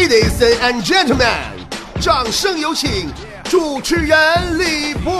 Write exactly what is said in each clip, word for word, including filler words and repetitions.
Ladies and gentlemen， 掌声有请主持人李波。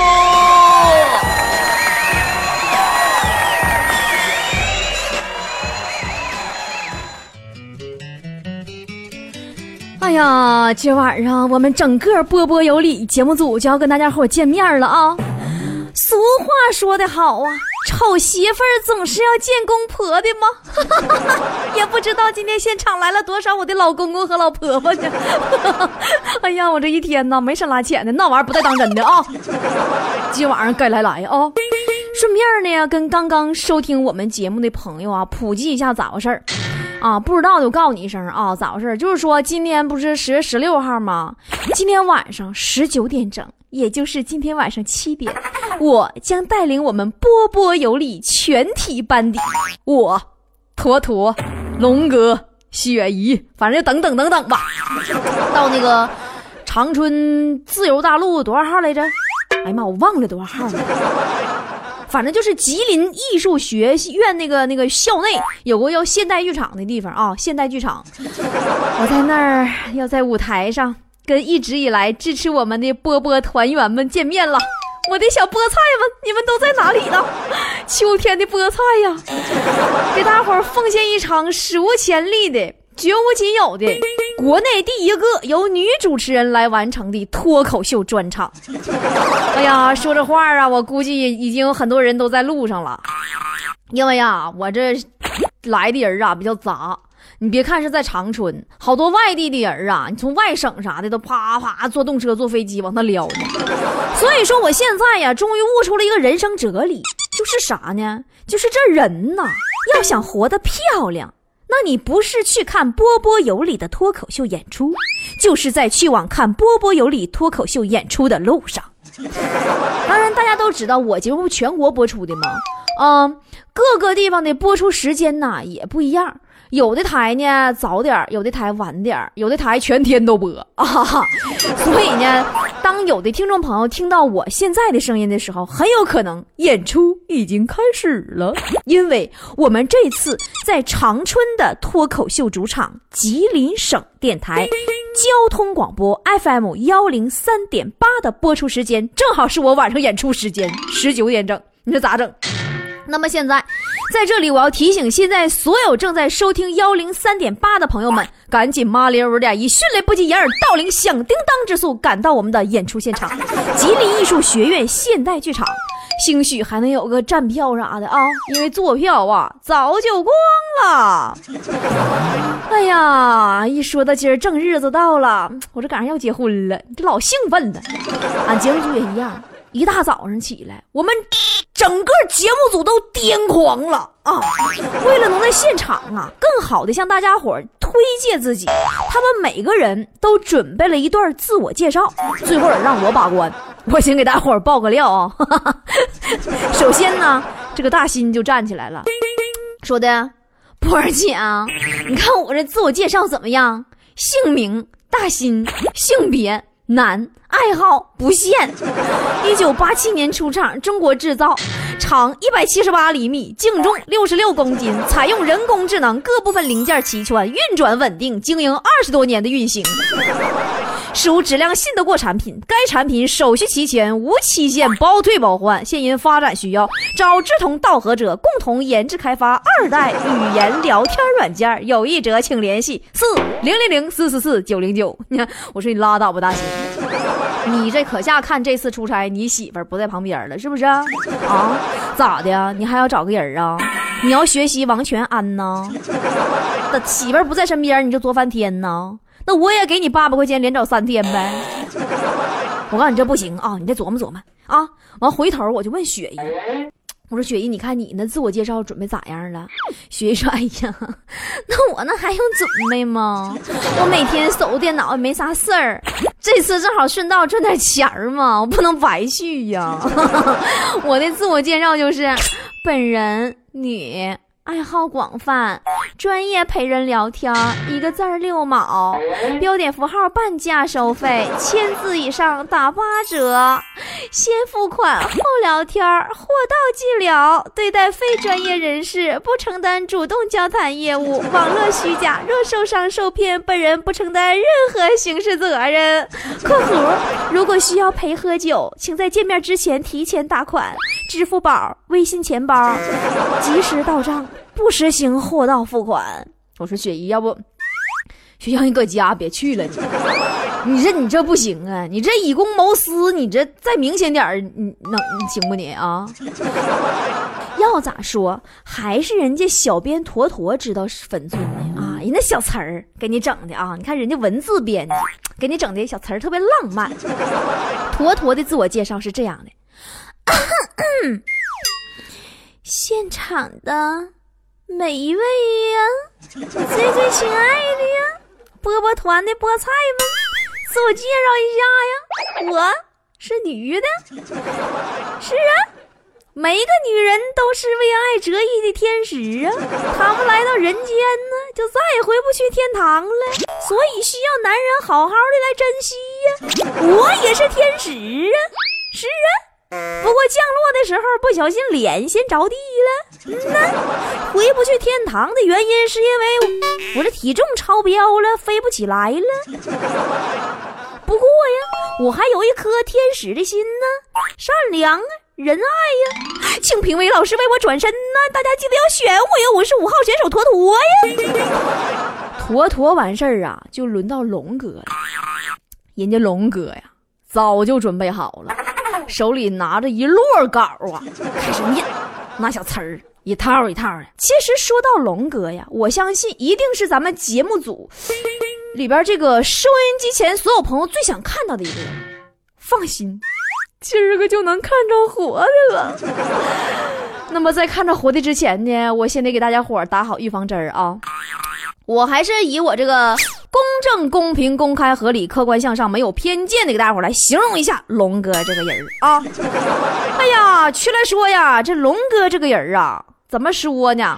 哎呀，今晚上我们整个波波有理节目组就要跟大家伙见面了啊！俗话说得好啊，丑媳妇儿总是要见公婆的吗？也不知道今天现场来了多少我的老公公和老婆婆去。哎呀，我这一天呢没少拉钱的，那玩意儿不带当真的啊！今晚上该来来啊！顺便呢，跟刚刚收听我们节目的朋友啊，普及一下咋回事儿。啊，不知道的我告诉你一声啊，咋回事？就是说今天不是十月十六号吗？今天晚上十九点整，也就是今天晚上七点，我将带领我们波波有理全体班底，我、坨坨、龙哥、雪姨，反正就等等等等吧，到那个长春自由大陆多少号来着？哎呀妈，我忘了多少号了。反正就是吉林艺术学院那个那个校内有个叫现代剧场的地方啊，现代剧场。我在那儿要在舞台上跟一直以来支持我们的波波团员们见面了。我的小菠菜们，你们都在哪里呢？秋天的菠菜呀，给大伙儿奉献一场史无前例的、绝无仅有的国内第一个由女主持人来完成的脱口秀专场。哎呀，说这话啊，我估计已经有很多人都在路上了，因为呀，我这来的人啊比较杂。你别看是在长春，好多外地的人啊，你从外省啥的都啪啪坐动车坐飞机往那撩呢。所以说我现在呀终于悟出了一个人生哲理，就是啥呢？就是这人呐，要想活得漂亮，那你不是去看波波有理的脱口秀演出，就是在去往看波波有理脱口秀演出的路上。当然大家都知道我节目全国播出的嘛，嗯，各个地方的播出时间呢也不一样，有的台呢早点，有的台晚点，有的台全天都播啊。所以呢，当有的听众朋友听到我现在的声音的时候，很有可能演出已经开始了，因为我们这次在长春的脱口秀主场吉林省电台交通广播 F M 一零三点八 的播出时间正好是我晚上演出时间十九点整，你说咋整？那么现在在这里我要提醒现在所有正在收听一零三点八的朋友们，赶紧麻溜的以迅雷不及掩耳盗铃响叮当之速赶到我们的演出现场吉林艺术学院现代剧场，兴许还能有个站票啥的啊，因为坐票啊早就光了。哎呀，一说到今儿正日子到了，我这赶上要结婚了，这老兴奋了。俺节目组也一样，一大早上起来，我们整个节目组都癫狂了啊！为了能在现场啊更好的向大家伙推介自己，他们每个人都准备了一段自我介绍，最后让我把关。我先给大伙爆个料啊！首先呢，这个大新就站起来了，说的波儿姐啊，你看我这自我介绍怎么样？姓名大新，性别男，爱好不限。一九八七年出厂，中国制造，长一百七十八厘米，净重六十六公斤，采用人工智能，各部分零件齐全，运转稳定，经营二十多年的运行。属质量信得过产品，该产品手续齐全，无期限，包退包换。现因发展需要，找志同道合者，共同研制开发二代语言聊天软件。有意者请联系四零零零四四四九零九。我说你拉倒吧，大新，你这可下看这次出差，你媳妇儿不在旁边了，是不是啊？咋的呀？你还要找个人啊？你要学习王全安呢？那媳妇儿不在身边，你就作翻天呢？那我也给你八百块钱连找三天呗。我告诉你这不行啊，你再琢磨琢磨啊。完回头我就问雪姨，我说雪姨，你看你那自我介绍准备咋样了？雪姨说，哎呀，那我那还用准备吗？我每天守着电脑也没啥事儿，这次正好顺道赚点钱嘛，我不能白去呀。我的自我介绍就是本人女， 爱好广泛，专业陪人聊天，一个字儿六毛，标点符号半价收费，千字以上打八折，先付款后聊天，货到即了，对待非专业人士不承担主动交谈业务，网络虚假，若受伤受骗，本人不承担任何刑事责任。括弧如果需要陪喝酒，请在见面之前提前打款，支付宝、微信钱包及时到账，不实行货到付款。我说雪姨，要不学校你搁家别去了，你你这你这不行啊，你这以公谋私，你这再明显点你能你行不你啊？要咋说还是人家小编坨坨知道分寸的啊，人家小词儿给你整的啊，你看人家文字编辑给你整的小词儿特别浪漫。坨坨的自我介绍是这样的现场的每一位呀，我最最亲爱的呀，波波团的菠菜们，自我介绍一下呀，我是女的。是啊，每一个女人都是为爱折翼的天使啊，她们来到人间呢，就再也回不去天堂了，所以需要男人好好的来珍惜呀。我也是天使啊，是啊，不过降落的时候不小心脸先着地了。嗯呐，回不去天堂的原因是因为我这体重超标了，飞不起来了。不过呀，我还有一颗天使的心呢，善良啊，仁爱呀。请评委老师为我转身呢，大家记得要选我呀，我是五号选手坨坨呀。坨坨完事儿啊，就轮到龙哥了。人家龙哥呀，早就准备好了，手里拿着一摞稿啊，开始念那小词儿，一套一套的。其实说到龙哥呀，我相信一定是咱们节目组里边这个收音机前所有朋友最想看到的一个人。放心，今儿个就能看着活的了。那么在看着活的之前呢，我先得给大家伙打好预防针啊。我还是以我这个公正、公平、公开、合理、客观向上、没有偏见的给大家伙来形容一下龙哥这个人啊。哎呀，去来说呀，这龙哥这个人啊，怎么说呢？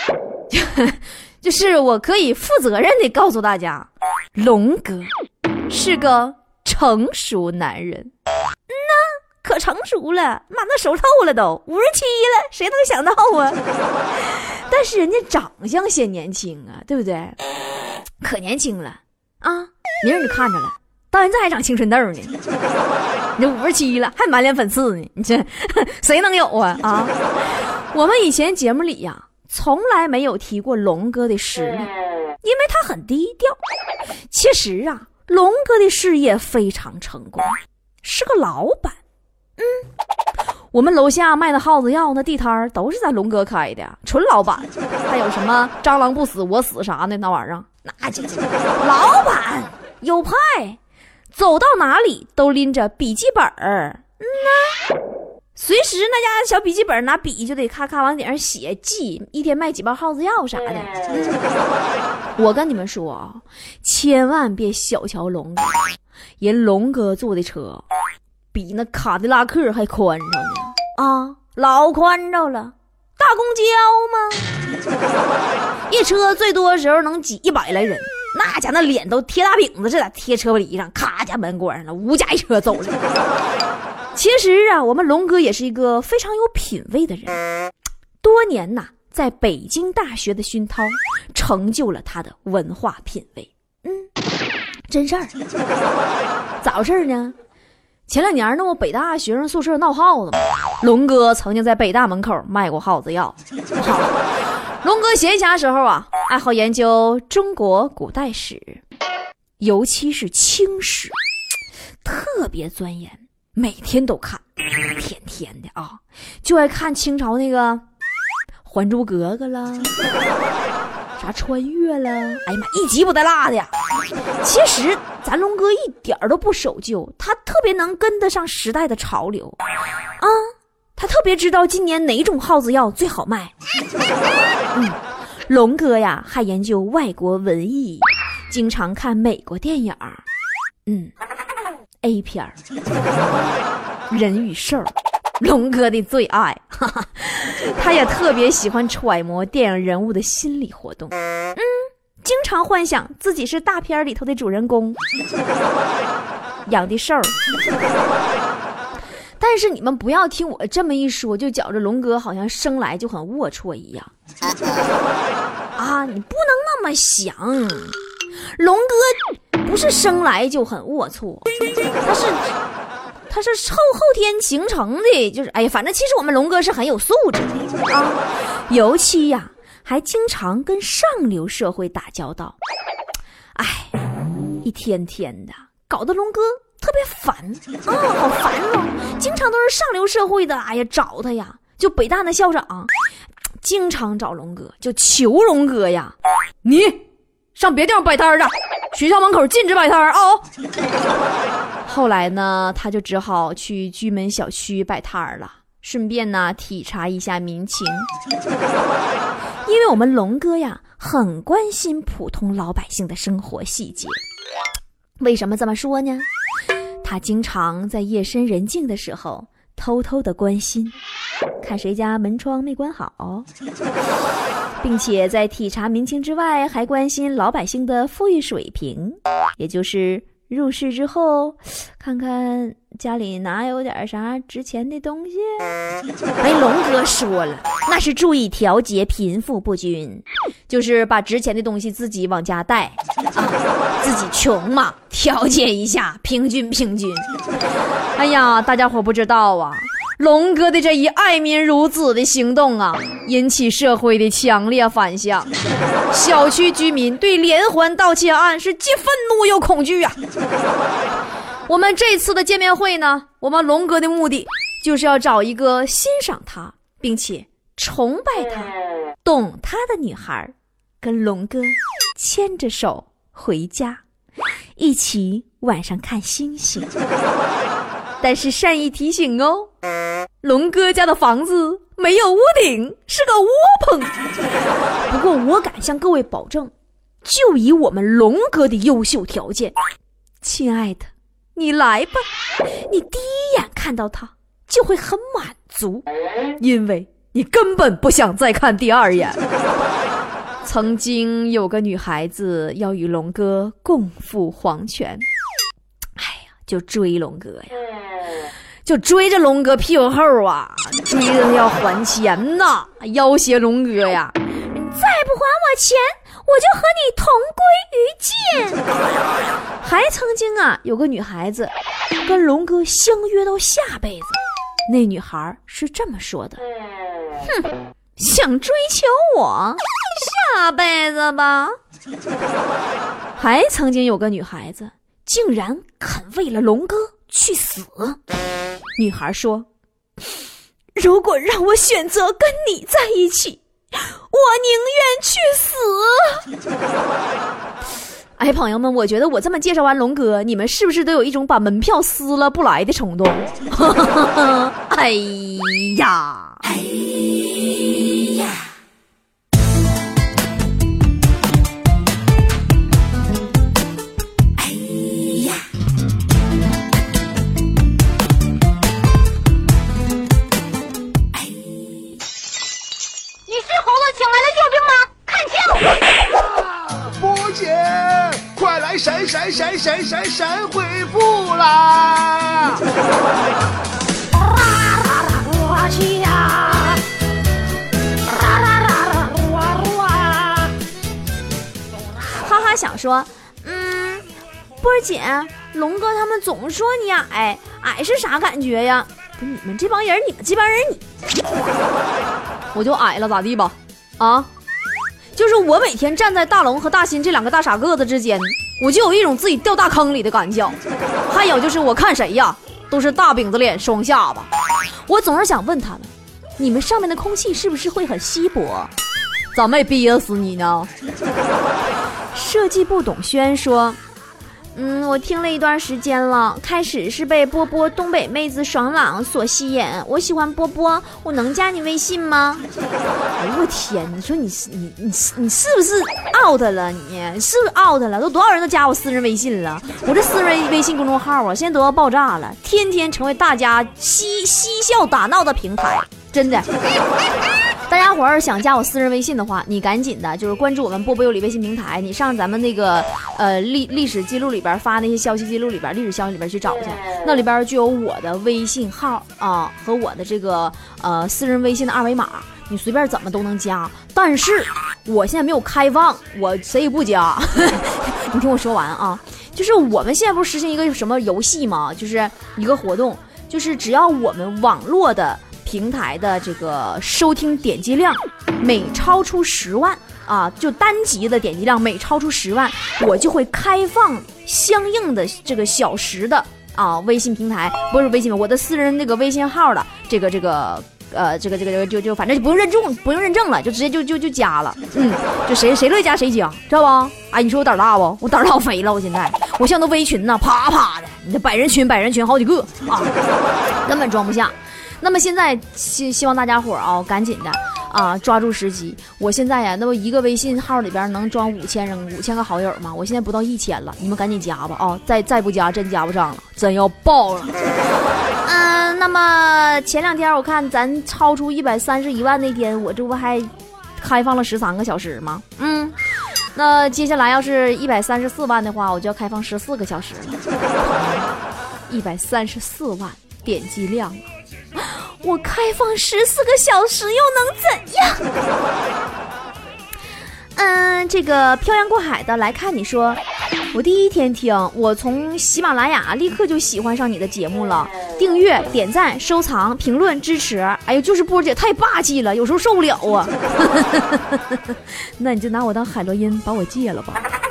就是我可以负责任的告诉大家，龙哥是个成熟男人。嗯呐，可成熟了，妈那熟透了都，五十七了，谁能想到啊？但是人家长相显年轻啊，对不对？可年轻了啊！明儿你看着了，到现在还长青春痘呢。你这五十七了，还满脸粉刺呢，你这谁能有啊？啊！我们以前节目里呀、啊，从来没有提过龙哥的实力，因为他很低调。其实啊，龙哥的事业非常成功，是个老板。嗯。我们楼下卖的耗子药那地摊都是咱龙哥开的，纯老板。还有什么蟑螂不死我死啥的那玩意儿，那这这老板有派，走到哪里都拎着笔记本儿，嗯呐，随时那家小笔记本拿笔就得咔咔往顶上写记，一天卖几包耗子药啥的。嗯、我跟你们说啊，千万别小瞧龙哥，人龙哥坐的车比那卡迪拉克还宽敞呢啊，老宽敞了，大公交吗？一车最多的时候能挤一百来人，那家那脸都贴大饼子似的贴车里上，咔家门关上了，五家一车走了。其实啊，我们龙哥也是一个非常有品位的人，多年呐、啊，在北京大学的熏陶成就了他的文化品味。嗯，真事儿。咋回事呢？前两年那么北大学生宿舍闹耗子嘛，龙哥曾经在北大门口卖过耗子药。龙哥闲暇时候啊，爱好研究中国古代史，尤其是清史，特别钻研，每天都看，天天的啊，就爱看清朝那个《还珠格格》啦，啥穿越了，哎呀妈，一集不带落的呀。其实咱龙哥一点都不守旧，他特别能跟得上时代的潮流啊，他特别知道今年哪种耗子药最好卖。嗯，龙哥呀还研究外国文艺，经常看美国电影，嗯 A 片儿人与兽， 龙哥的最爱，哈哈，他也特别喜欢揣摩电影人物的心理活动，嗯，经常幻想自己是大片里头的主人公，养的兽。但是你们不要听我这么一说，就觉着龙哥好像生来就很龌龊一样啊！你不能那么想，龙哥不是生来就很龌龊，他是他是后后天形成的，就是哎呀，反正其实我们龙哥是很有素质的啊，尤其呀、啊、还经常跟上流社会打交道，哎，一天天的搞得龙哥特别烦啊，好烦哦！经常都是上流社会的，哎呀找他呀，就北大的校长经常找龙哥，就求龙哥呀，你上别地方摆摊去，学校门口禁止摆摊啊、哦！后来呢，他就只好去居民小区摆摊了，顺便呢体察一下民情。因为我们龙哥呀，很关心普通老百姓的生活细节。为什么这么说呢？他经常在夜深人静的时候偷偷的关心，看谁家门窗没关好，并且在体察民情之外，还关心老百姓的富裕水平，也就是入市之后看看家里哪有点啥值钱的东西。哎，龙哥说了，那是注意调节贫富不均，就是把值钱的东西自己往家带啊，自己穷嘛，调节一下，平均平均。哎呀，大家伙不知道啊，龙哥的这一爱民如子的行动啊，引起社会的强烈反响。小区居民对连环盗窃案是既愤怒又恐惧啊。我们这次的见面会呢，我们龙哥的目的就是要找一个欣赏他并且崇拜他懂他的女孩，跟龙哥牵着手回家，一起晚上看星星。但是善意提醒哦，龙哥家的房子没有屋顶，是个窝棚。不过我敢向各位保证，就以我们龙哥的优秀条件，亲爱的，你来吧，你第一眼看到他就会很满足，因为你根本不想再看第二眼。曾经有个女孩子要与龙哥共赴黄泉，哎呀，就追龙哥呀，就追着龙哥屁股后啊，追着他要还钱呐，要挟龙哥呀，你再不还我钱，我就和你同归于尽。还曾经啊，有个女孩子跟龙哥相约到下辈子，那女孩是这么说的：哼，想追求我，下辈子吧。还曾经有个女孩子竟然肯为了龙哥去死。女孩说，如果让我选择跟你在一起，我宁愿去死。哎，朋友们，我觉得我这么介绍完龙哥，你们是不是都有一种把门票撕了不来的冲动？哎呀，哎呀！ 神神神神神神恢复啦！我去呀！ 哈哈想说，嗯，波儿姐，龙哥他们总说你矮，矮是啥感觉呀？不是你们这帮人，你们这帮人，你我就矮了咋地吧？啊？就是我每天站在大龙和大新这两个大傻个子之间，我就有一种自己掉大坑里的感觉。还有就是我看谁呀，都是大饼子脸双下巴。我总是想问他们，你们上面的空气是不是会很稀薄？咋没憋死你呢？设计部董轩说， 嗯，我听了一段时间了，开始是被波波东北妹子爽朗所吸引，我喜欢波波，我能加你微信吗？哎呦我天，你说你你你你是不是 out 了？你是不是 out 了？都多少人都加我私人微信了？我这私人微信公众号啊，现在都要爆炸了，天天成为大家嬉嬉笑打闹的平台，真的。大家伙儿想加我私人微信的话，你赶紧的，就是关注我们波波有理微信平台，你上咱们那个呃历历史记录里边发那些消息记录里边，历史消息里边去找去，那里边就有我的微信号啊和我的这个呃私人微信的二维码，你随便怎么都能加。但是我现在没有开放，我谁也不加。你听我说完啊，就是我们现在不是实行一个什么游戏吗？就是一个活动，就是只要我们网络的平台的这个收听点击量每超出十万啊，就单集的点击量每超出十万，我就会开放相应的这个小时的啊微信平台，不是微信，我的私人那个微信号的这个这个呃这个这个这个就就反正就不用认证，不用认证了，就直接就就就加了，嗯，就谁谁乐意加谁加，知道不？哎，你说我胆大不？我胆老肥了，我现在我像那微群呢，啪啪的，你这百人群百人群好几个啊，根本装不下。那么现在希希望大家伙儿啊，赶紧的啊，抓住时机。我现在呀，那么一个微信号里边能装五千人、五千个好友吗？我现在不到一千了，你们赶紧加吧啊！再再不加，真加不上了，真要爆了。嗯，那么前两天我看咱超出一百三十一万那天，我这不还开放了十三个小时吗？嗯，那接下来要是一百三十四万的话，我就要开放十四个小时了。一百三十四万点击量啊！我开放十四个小时又能怎样？嗯，这个漂洋过海的来看你说，我第一天听，我从喜马拉雅立刻就喜欢上你的节目了，订阅、点赞、收藏、评论、支持。哎呦，就是波姐太霸气了，有时候受不了啊。那你就拿我当海洛因，把我戒了吧。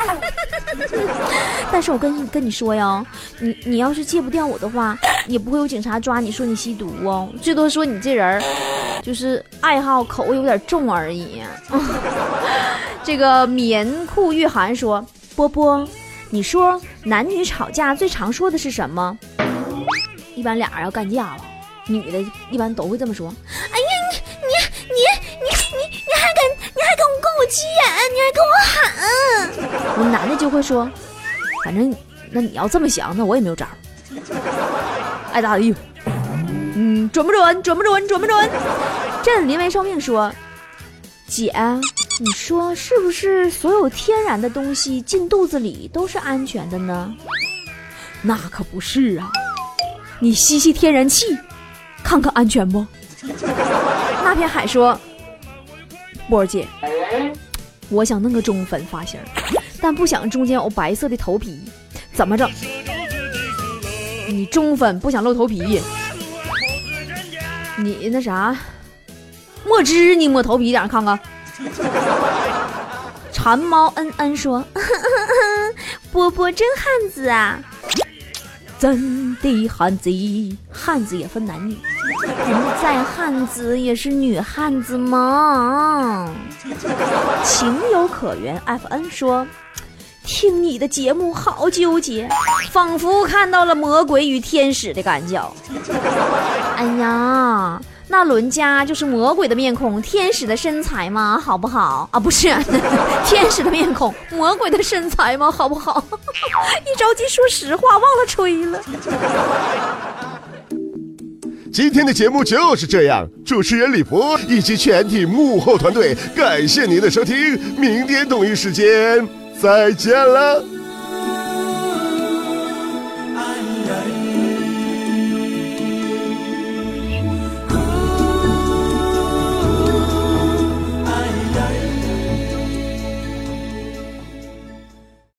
但是我跟跟你说呀，你你要是戒不掉我的话，也不会有警察抓你说你吸毒哦，最多说你这人就是爱好口味有点重而已。这个棉裤御寒说，波波，你说男女吵架最常说的是什么？一般俩人要干架了，女的一般都会这么说。哎呀，你你你你你你还敢你还敢跟我急眼，你还跟我喊。我男的就会说，反正那你要这么想，那我也没有招。爱答应。嗯，准不准？准不准？准不准？朕临危受命说，姐，你说是不是所有天然的东西进肚子里都是安全的呢？那可不是啊，你吸吸天然气看看安全不？那片海说，波儿姐，我想弄个中分发型，但不想中间有白色的头皮，怎么整？你中分不想露头皮，你那啥墨汁你抹头皮点看看。馋猫恩恩说，呵呵呵，波波真汉子啊，真的汉子，汉子也分男女，人在汉子也是女汉子吗？情有可原 F N 说，听你的节目好纠结，仿佛看到了魔鬼与天使的感觉。哎呀，那伦家就是魔鬼的面孔，天使的身材吗？好不好啊？不是，天使的面孔，魔鬼的身材吗？好不好？一着急说实话，忘了吹了。 今天的节目就是这样，主持人李博以及全体幕后团队感谢您的收听，明天同一时间再见了。